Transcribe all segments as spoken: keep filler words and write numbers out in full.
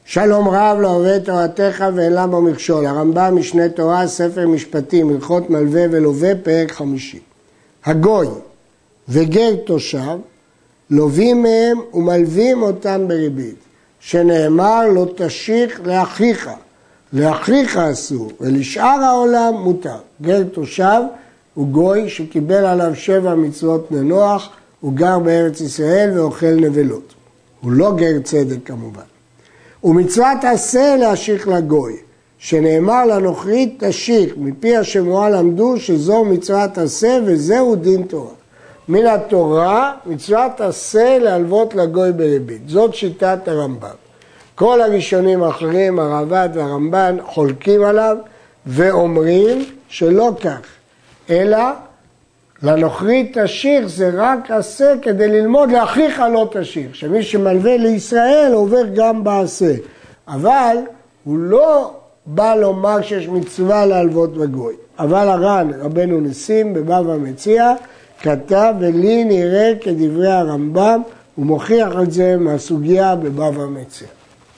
שלום רב לא אוהב תורתך ואין לה בו מכשול. הרמב"ם משנה תורה, ספר משפטים, הלכות מלווה ולווה, פרק חמישי. הגוי וגר תושב לווים מהם ומלווים אותם בריבית, שנאמר לא תשיך לאחיך, לאחיך אסור, ולשאר העולם מותר. גר תושב הוא גוי שקיבל עליו שבע מצוות נוח, הוא גר בארץ ישראל ואוכל נבלות. הוא לא גר צדק כמובן. ומצוות עשה להשיך לגוי, שנאמר לנוכרית תשיך, מפי השמועה למדו שזו מצוות עשה וזהו דין תורה. מן התורה מצוות עשה להלוות לגוי בריבית, זאת שיטת הרמב"ם. כל הראשונים האחרים, הרב"ד והרמב"ן, חולקים עליו ואומרים שלא כך, אלא לנוכרית תשיך זה רק עשה כדי ללמוד לאחיך לא תשיך, שמי שמלווה לישראל עובר גם בעשה, אבל הוא לא בא לומר שיש מצווה להלוות בגוי. אבל הר"ן, רבנו ניסים, בבבא מציעא, כתב ולי נראה כדברי הרמב"ם, הוא מוכיח את זה מהסוגיה בבבא מציעא.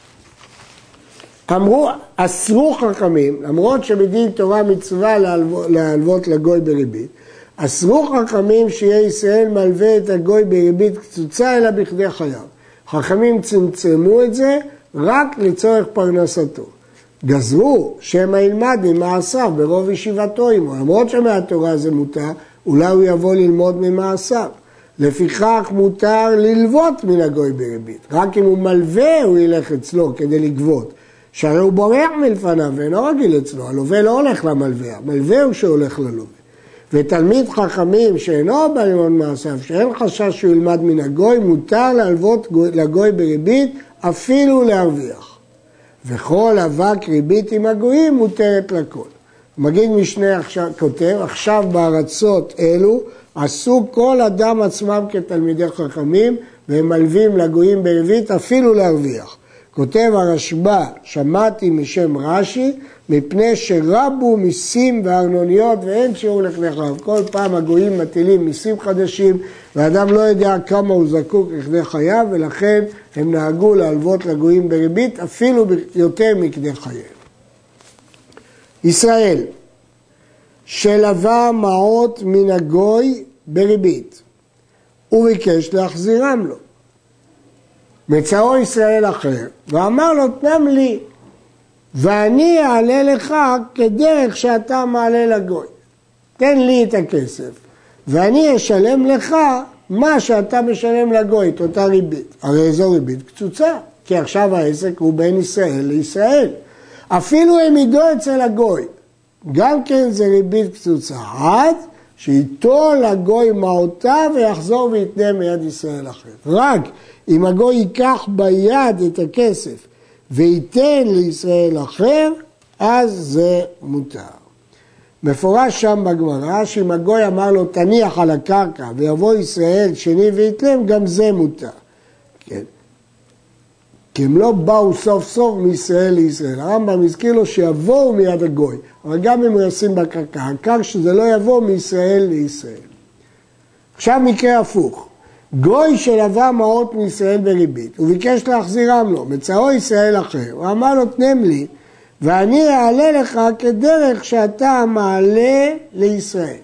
אמרו, אסרו חכמים, למרות שבדין תורה מצווה להלוות, להלוות לגוי בריבית, אסרו חכמים שיהיה ישראל מלווה את הגוי בריבית קצוצה אלא בכדי חייו. חכמים צמצמו את זה רק לצורך פרנסתו. גזרו שמא ילמד ממעשיו ברוב ישיבתו עמו, למרות שמהתורה זה מותר, אולי הוא יבוא ללמוד ממעשיו. לפיכך מותר ללוות מן הגוי בריבית, רק אם הוא מלווה הוא ילך אצלו כדי לגבות. שהרי הוא בורח מלפניו ואינו רגיל אצלו, הלווה לא הולך למלווה, המלווה הוא שהולך ללווה. ותלמיד חכמים שאינו בא ללמוד מעשיו, שאין חשש שהוא ילמד מן הגוי, מותר להלוות לגוי בריבית אפילו להרוויח. וכל אבק ריבית עם הגויים מותרת לכל. מגיד משנה עכשיו, כותב, עכשיו בארצות אלו עשו כל אדם עצמם כתלמידי חכמים, והם מלווים לגויים בריבית אפילו להרוויח. כותב הרשב"א, שמעתי משם רש"י, מפני שרבו מיסים וארנוניות ואין שיעור לכדי חייו. כל פעם הגויים מטילים מיסים חדשים, והאדם לא יודע כמה הוא זקוק לכדי חייו, ולכן הם נהגו להלוות לגויים בריבית, אפילו יותר מכדי חייו. ישראל, שלווה מעות מן הגוי בריבית, הוא ביקש להחזירם לו. מצאו ישראל אחר, ואמר לו, תנם לי, ואני אעלה לך כדרך שאתה מעלה לגוי. תן לי את הכסף, ואני אשלם לך מה שאתה משלם לגוי, את אותה ריבית. הרי זו ריבית קצוצה, כי עכשיו העסק הוא בין ישראל לישראל. אפילו הם ידעו אצל הגוי, גם כן זה ריבית קצוצה, עד שיתו לגוי מעותיו ויחזור ויתנה מיד ישראל אחר. רק אם הגוי ייקח ביד את הכסף וייתן לישראל אחר, אז זה מותר. מפורש שם בגמרא שאם הגוי אמר לו תניח על הקרקע ויבוא ישראל שני ויתלם, גם זה מותר. כן. כי הם לא באו סוף סוף מישראל לישראל. הרמב"ם הזכיר לו שיבואו מיד הגוי, אבל גם אם הוא ישים בקרקע, העיקר שזה לא יבוא מישראל לישראל. עכשיו מקרה הפוך. גוי שלווה מעות מישראל בריבית, הוא ביקש להחזירם לו, מצאו ישראל אחר, הוא אמר לו תנם לי, ואני אעלה לך כדרך שאתה מעלה לישראל.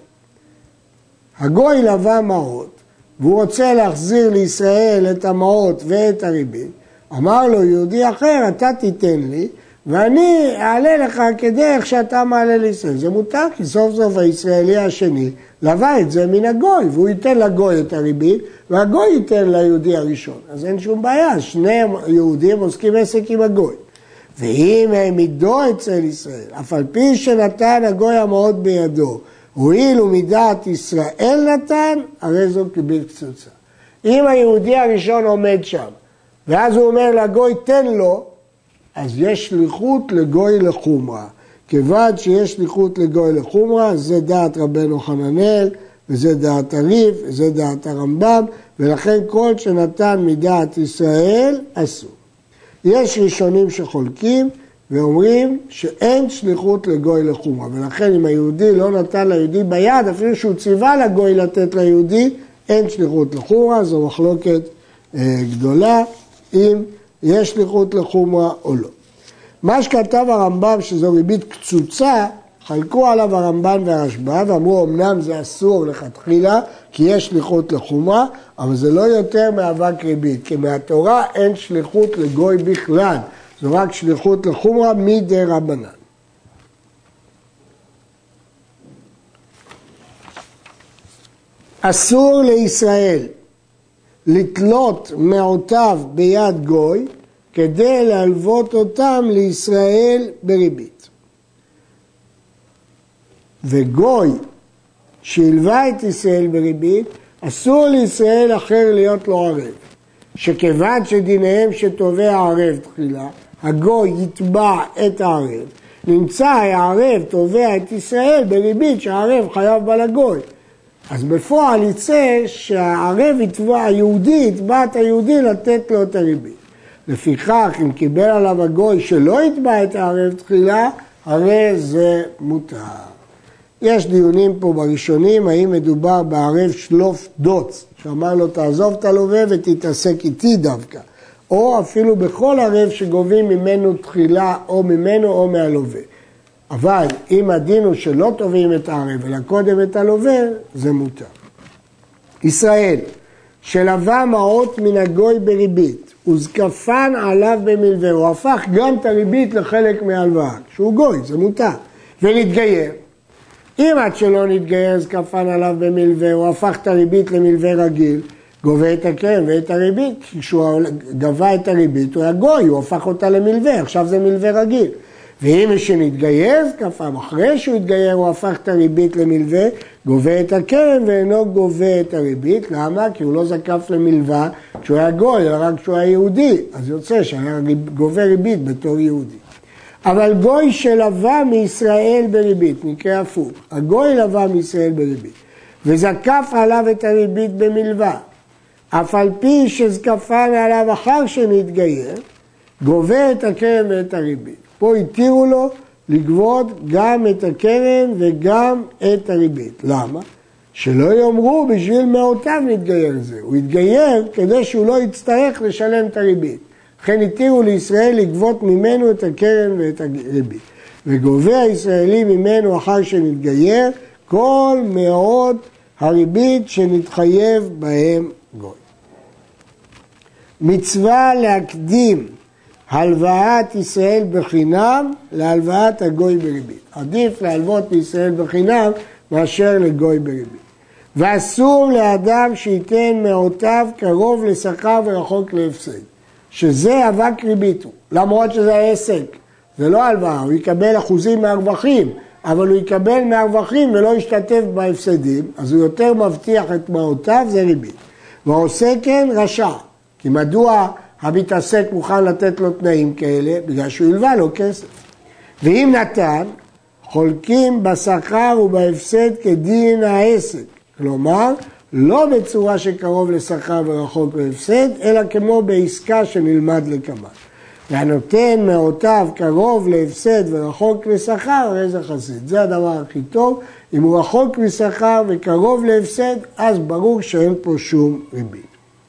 הגוי לווה מעות, והוא רוצה להחזיר לישראל את המעות ואת הריבית, אמר לו יהודי אחר, אתה תיתן לי, ואני אעלה לך כדרך שאתה מעלה לישראל. זה מותר, כי סוף סוף הישראלי השני לווה את זה מן הגוי, והוא ייתן לגוי את הריבית, והגוי ייתן ליהודי הראשון. אז אין שום בעיה, שני יהודים עוסקים עסק עם הגוי. ואם הם ידעו אצל ישראל, אף על פי שנתן הגוי המעות בידו, הואיל ומדעת ישראל נתן, הרי זו קיבל קצוצה. אם היהודי הראשון עומד שם, ואז הוא אומר לגוי תן לו, אז יש שליחות לגוי לחומרה. כיוון שיש שליחות לגוי לחומרה, זה דעת רבנו חננאל, וזה דעת הריף, וזה דעת הרמב"ם, ולכן כל שנתן מדעת ישראל אסור. יש ראשונים שחולקים ואומרים שאין שליחות לגוי לחומרה, ולכן אם היהודי לא נתן ליהודי ביד, אפילו שהוא ציווה לגוי לתת ליהודי, אין שליחות לחומרה, זו מחלוקת אה, גדולה. אם יש שליחות לחומרה או לא. מה שכתב הרמב"ם שזו ריבית קצוצה, חלקו עליו הרמב"ן והרשב"א ואמרו אמנם זה אסור לכתחילה כי יש שליחות לחומרה, אבל זה לא יותר מאבק ריבית, כי מהתורה אין שליחות לגוי בכלל, זו רק שליחות לחומרה מדי רבנן. אסור לישראל לתלות מעותיו ביד גוי כדי להלוות אותם לישראל בריבית. וגוי שהלווה את ישראל בריבית, אסור לישראל אחר להיות לו ערב. שכיוון שדיניהם שתובע ערב תחילה, הגוי יתבע את הערב, נמצא הערב תובע את ישראל בריבית שהערב חייב בה לגוי. אז בפועל יצא שהערב יתבע, היהודי יתבע את היהודי לתת לו את הריבית. לפיכך, אם קיבל עליו הגוי שלא יתבע את הערב תחילה, הרי זה מותר. יש דיונים פה בראשונים, האם מדובר בערב שלוף דוץ, שאמר לו תעזוב את הלווה ותתעסק איתי דווקא, או אפילו בכל ערב שגובים ממנו תחילה או ממנו או מהלווה. אבל אם הדין הוא שלא תובעים את הערב אלא קודם את הלווה, זה מותר. ישראל, שלווה מעות מן הגוי בריבית, וזקפן עליו במלווה, הוא הפך גם את הריבית לחלק מהלוואה, שהוא גוי, זה מותר, ונתגייר. אם עד שלא נתגייר, זקפן עליו במלווה, הוא הפך את הריבית למלווה רגיל, גובה את הקרן ואת הריבית, כשהוא גבה את הריבית, הוא היה גוי, הוא הפך אותה למלווה, עכשיו זה מלווה רגיל. ואם מי שנתגייר, זקפן, אחרי שהוא התגייר, הוא הפך את הריבית למלווה, גובה את הקרן ואינו גובה את הריבית. למה? כי הוא לא זקף למלווה כשהוא היה גוי, אלא רק כשהוא היה יהודי. אז יוצא שהיה גובה ריבית בתור יהודי. אבל גוי שלווה מישראל בריבית, מקרה הפוך. הגוי לווה מישראל בריבית, וזקף עליו את הריבית במלווה. אף על פי שזקפה מעליו אחר שנתגייר, גובה את הקרן ואת הריבית. פה התירו לו לגבות גם את הקרן וגם את הריבית. למה? שלא יאמרו בשביל מעותיו נתגייר זה. הוא יתגייר כדי שהוא לא יצטרך לשלם את הריבית. לכן התירו לישראל לגבות ממנו את הקרן ואת הריבית. וגובה הישראלי ממנו אחר שנתגייר כל מאות הריבית שנתחייב בהם גוי. מצווה להקדים הלוואת ישראל בחינם להלוואת הגוי בריבית. עדיף להלוות לישראל בחינם מאשר לגוי בריבית. ואסור לאדם שייתן מעותיו קרוב לשכר ורחוק להפסד. שזה אבק ריבית הוא, למרות שזה העסק. זה לא הלוואה, הוא יקבל אחוזים מהרווחים, אבל הוא יקבל מהרווחים ולא ישתתף בהפסדים, אז הוא יותר מבטיח את מעותיו, זה ריבית. ועושה כן רשע, כי מדוע המתעסק מוכן לתת לו תנאים כאלה? בגלל שהוא ילווה לו כסף. ואם נתן, חולקים בשכר ובהפסד כדין העסק. כלומר, לא בצורה שקרוב לשכר ורחוק בהפסד, אלא כמו בעסקה שנלמד לקמן. והנותן מעותיו קרוב להפסד ורחוק לשכר, הרי זה חסיד. זה הדבר הכי טוב. אם הוא רחוק משכר וקרוב להפסד, אז ברור שאין פה שום ריבית.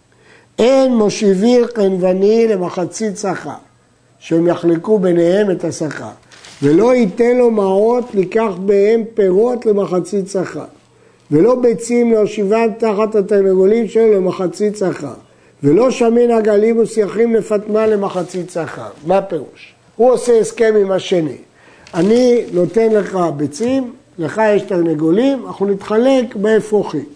אין מושיביר קנווני למחצית שכר, שהם יחלקו ביניהם את השכר, ולא ייתן לו מעות לקח בהם פירות למחצית שכר, ולא ביצים להושיבן תחת התרנגולים שלו למחצית שכר, ולא שמין עגלים ושיחים לפטמה למחצית שכר. מה פירוש? הוא עושה הסכם עם השני. אני נותן לך ביצים, לך יש תרנגולים, אנחנו נתחלק באפרוחים.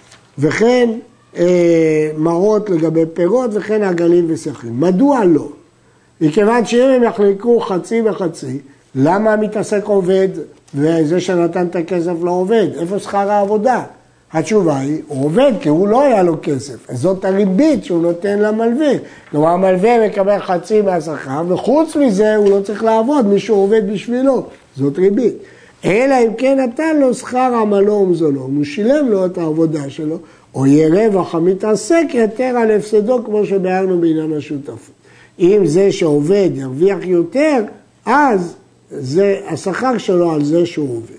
וכן אה, מרות לגבי פירות וכן עגלים ושיחים. מדוע לא? מכיוון שאם הם יחלקו חצי וחצי, למה מתעסק עובד וזה שנתן את הכסף לא עובד? איפה שכר העבודה? התשובה היא, הוא עובד כי הוא לא היה לו כסף. אז זאת הריבית שהוא נותן למלווה. כלומר, המלווה מקבל חצי מהשכר, וחוץ מזה הוא לא צריך לעבוד, מישהו עובד בשבילו. זאת ריבית. אלא אם כן נתן לו שכר עמלו ומזונו, הוא שילם לו את העבודה שלו, או יהיה רווח המתעסק יותר על הפסדו, כמו שבהרנו בעניין השותפות. אם זה שעובד ירוויח יותר, אז זה השכר שלו על זה שהוא עובד.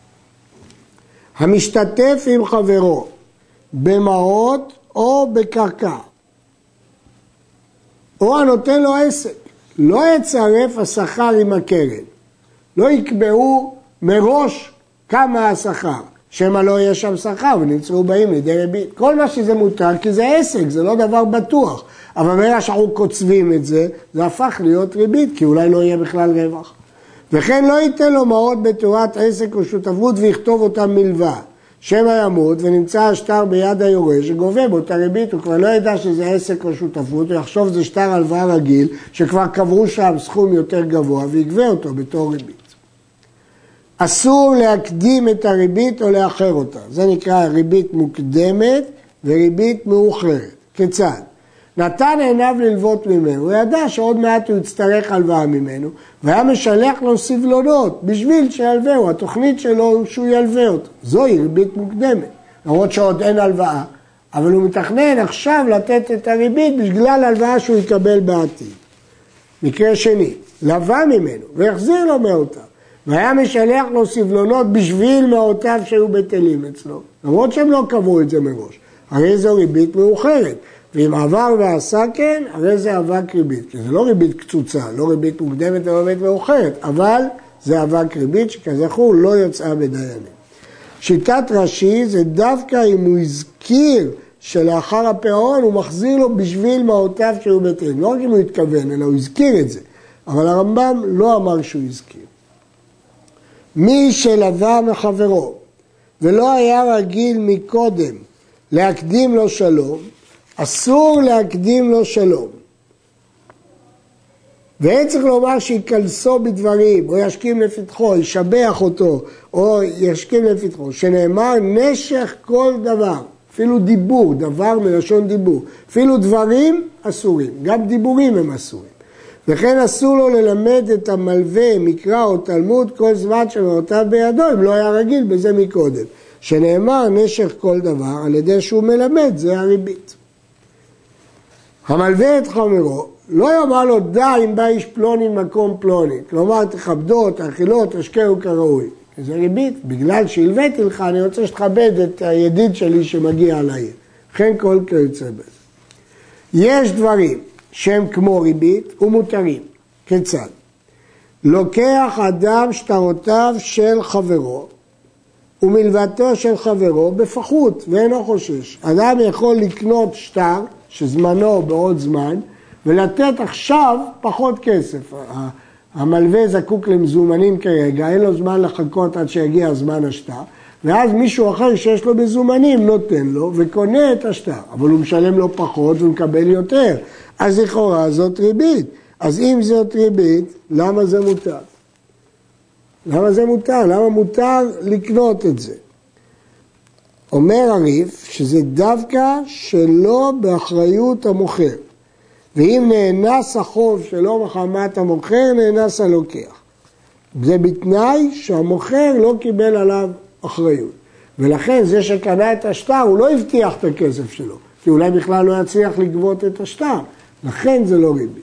המשתתף עם חברו במעות או בקרקע, או הנותן לו עסק, לא יצרף השכר עם הקרן, לא יקבעו מראש כמה השכר, שמא לא יהיה שם שכר ונמצאו באים לידי ריבית. כל מה שזה מותר כי זה עסק, זה לא דבר בטוח, אבל ברגע שאנחנו קוצבים את זה, זה הפך להיות ריבית, כי אולי לא יהיה בכלל רווח. וכן לא ייתן לו מעות בתורת עסק או שותפות ויכתוב אותם מלווה. שמא ימות ונמצא השטר ביד היורש שגובה באותה ריבית, הוא כבר לא ידע שזה עסק או שותפות, הוא יחשוב זה שטר הלוואה רגיל, שכבר קבעו שם סכום יותר גבוה ויגבה אותו בתור ריבית. אסור להקדים את הריבית או לאחר אותה, זה נקרא ריבית מוקדמת וריבית מאוחרת. כיצד? נתן עיניו ללוות ממנו, הוא ידע שעוד מעט הוא יצטרך הלוואה ממנו, והיה משלח לו סבלונות בשביל שילווהו, התוכנית שלו שהוא ילווה אותו. זוהי ריבית מוקדמת, למרות שעוד אין הלוואה, אבל הוא מתכנן עכשיו לתת את הריבית בגלל הלוואה שהוא יקבל בעתיד. מקרה שני, לווה ממנו והחזיר לו מאותיו, והיה משלח לו סבלונות בשביל מאותיו שהיו בטלים אצלו, למרות שהם לא קבעו את זה מראש. הרי זו ריבית מאוחרת. ואם עבר ועשה כן, הרי זה אבק ריבית, כי זה לא ריבית קצוצה, לא ריבית מוקדמת ולא ריבית מאוחרת, אבל זה אבק ריבית שכזכור לא יצאה בדיינים. שיטת רש"י זה דווקא אם הוא הזכיר שלאחר הפירעון הוא מחזיר לו בשביל מעותיו שהיו בטלים, לא רק אם הוא התכוון, אלא הוא הזכיר את זה, אבל הרמב"ם לא אמר שהוא הזכיר. מי שלווה מחברו ולא היה רגיל מקודם להקדים לו שלום, אסור להקדים לו שלום. ואין צריך לומר שיקלסו בדברים, או ישכים לפתחו, ישבח אותו, או ישכים לפתחו, שנאמר נשך כל דבר, אפילו דיבור, דבר מלשון דיבור, אפילו דברים אסורים, גם דיבורים הם אסורים. וכן אסור לו ללמד את המלווה, מקרא או תלמוד, כל זמן שמאותיו בידו, אם לא היה רגיל בזה מקודם. שנאמר נשך כל דבר, על ידי שהוא מלמד, זה הריבית. המלווה את חברו, לא יאמר לו דע אם בא איש פלוני מקום פלוני, כלומר תכבדו, תאכילו, תשקעו כראוי. זה ריבית, בגלל שהלוויתי לך אני רוצה שתכבד את הידיד שלי שמגיע לעיר. לכן כל כיוצא בזה. יש דברים שהם כמו ריבית ומותרים. כיצד? לוקח אדם שטרותיו של חברו ומלוותו של חברו בפחות ואינו חושש. אדם יכול לקנות שטר שזמנו בעוד זמן, ולתת עכשיו פחות כסף. המלווה זקוק למזומנים כרגע, אין לו זמן לחכות עד שיגיע זמן השטר, ואז מישהו אחר שיש לו מזומנים נותן לו וקונה את השטר, אבל הוא משלם לו פחות ומקבל יותר. אז לכאורה זאת ריבית. אז אם זאת ריבית, למה זה מותר? למה זה מותר? למה מותר לקנות את זה? אומר הריף שזה דווקא שלא באחריות המוכר. ואם נאנס החוב שלא מחמת המוכר, נאנס הלוקח. זה בתנאי שהמוכר לא קיבל עליו אחריות. ולכן זה שקנה את השטר, הוא לא הבטיח את הכסף שלו, כי אולי בכלל לא יצליח לגבות את השטר. לכן זה לא ריבית.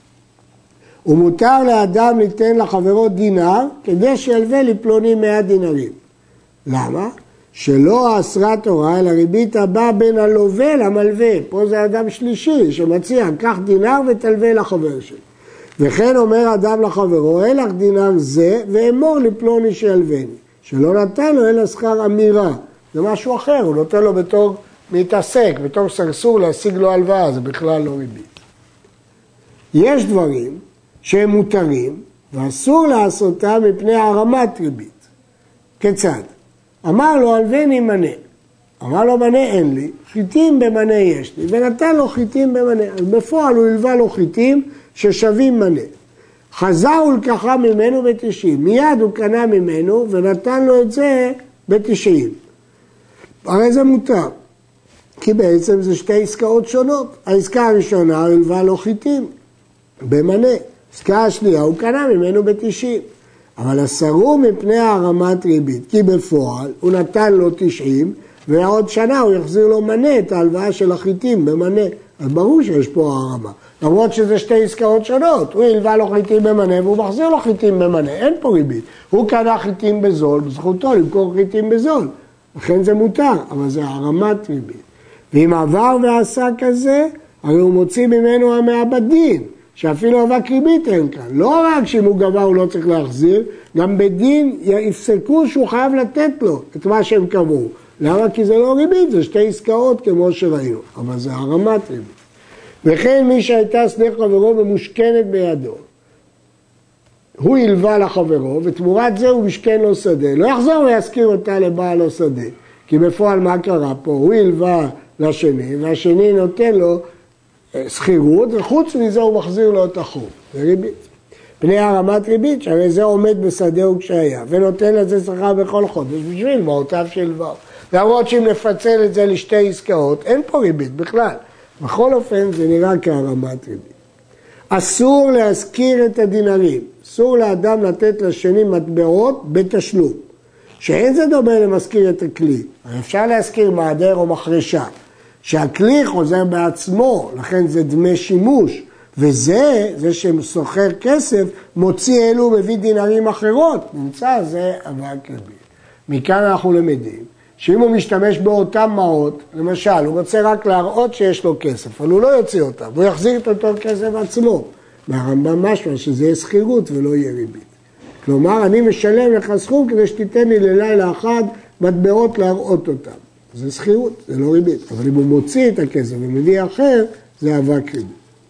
ומותר לאדם ליתן לחברו דינר, כדי שילווה לפלוני מאה דינרים. למה? שלא אסרה תורה, אלא ריבית הבאה בין הלווה למלווה. פה זה אדם שלישי שמציע, קח דינר ותלווה לחבר שלו. וכן אומר אדם לחברו, הלך דינר זה ואמור לפלוני שילווני. שלא נתן לו אלא שכר אמירה. זה משהו אחר, הוא נותן לו בתור מתעסק, בתור סרסור להשיג לו הלוואה, זה בכלל לא ריבית. יש דברים שהם מותרים ואסור לעשותם מפני הרמת ריבית. כיצד? אמר לו הלווני מנה, אמר לו מנה אין לי, חיטים במנה יש לי, ונתן לו חיטים במנה, אז בפועל הוא הלווה לו חיטים ששווים מנה. חזר ולקחה ממנו בתשעים, מיד הוא קנה ממנו ונתן לו את זה בתשעים. הרי זה מותר, כי בעצם זה שתי עסקאות שונות. העסקה הראשונה הוא הלווה לו חיטים במנה, העסקה השנייה הוא קנה ממנו בתשעים. אבל אסרו מפני הרמת ריבית, כי בפועל הוא נתן לו תשעים, ועוד שנה הוא יחזיר לו מנה את ההלוואה של החיטים במנה. אז ברור שיש פה הרמה. למרות שזה שתי עסקאות שונות, הוא הלווה לו חיטים במנה והוא מחזיר לו חיטים במנה, אין פה ריבית. הוא קנה חיטים בזול, בזכותו למכור חיטים בזול. לכן זה מותר, אבל זה הרמת ריבית. ואם עבר ועשה כזה, הרי הוא מוציא ממנו המעבדין, שאפילו אבק ריבית אין כאן. לא רק שאם הוא גבה הוא לא צריך להחזיר, גם בדין יפסקו שהוא חייב לתת לו את מה שהם קבעו. למה? כי זה לא ריבית, זה שתי עסקאות כמו שראינו, אבל זה הרמת ריבית. וכן מי שהייתה שדה חברו ומושכנת בידו, הוא ילווה לחברו, ותמורת זה הוא משכן לו שדה. לא יחזור ויזכיר אותה לבעל לו שדה, כי בפועל מה קרה פה? הוא ילווה לשני, והשני נותן לו שכירות, וחוץ מזה הוא מחזיר לו את החוב. זה ריבית. פני הרמת ריבית, שהרי זה עומד בשדהו כשהיה, ונותן לזה שכר בכל חודש, בשביל מעותיו שילווה. למרות שאם נפצל את זה לשתי עסקאות, אין פה ריבית בכלל. בכל אופן זה נראה כהרמת ריבית. אסור להזכיר את הדינרים, אסור לאדם לתת לשני מטבעות בתשלום, שאין זה דומה למזכיר את הכלי, אפשר להזכיר מעדר או מחרשה, שהכלי חוזר בעצמו, לכן זה דמי שימוש, וזה, זה שסוחר כסף, מוציא אלו מביא דינרים אחרות, נמצא זה אבק ריבית. מכאן אנחנו למדים, שאם הוא משתמש באותם מעות, למשל, הוא רוצה רק להראות שיש לו כסף, אבל הוא לא יוציא אותם, והוא יחזיר את אותו כסף עצמו. מהרמב"ם משמע שזה יהיה שכירות ולא יהיה ריבית. כלומר, אני משלם לך סכום כדי שתיתן לי ללילה אחד מטבעות להראות אותם. זה שכירות, זה לא ריבית. אבל אם הוא מוציא את הכסף ומביא אחר, זה אבק ריבית.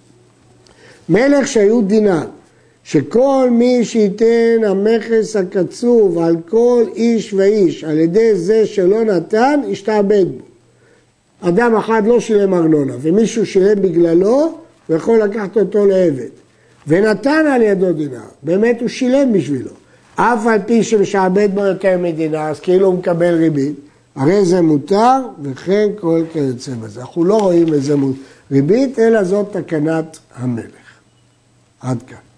מלך שהיו דינן, שכל מי שייתן המכס הקצוב על כל איש ואיש, על ידי זה שלא נתן, ישתעבד בו. אדם אחד לא שילם ארנונה, ומישהו שילם בגללו, הוא יכול לקחת אותו לעבד. ונתן על ידו דינר, באמת הוא שילם בשבילו. אף על פי שמשעבד בו יותר מדינר, אז כאילו הוא מקבל ריבית, הרי זה מותר, וכן כל כיוצא בזה. אנחנו לא רואים איזה ריבית, אלא זאת תקנת המלך. עד כאן.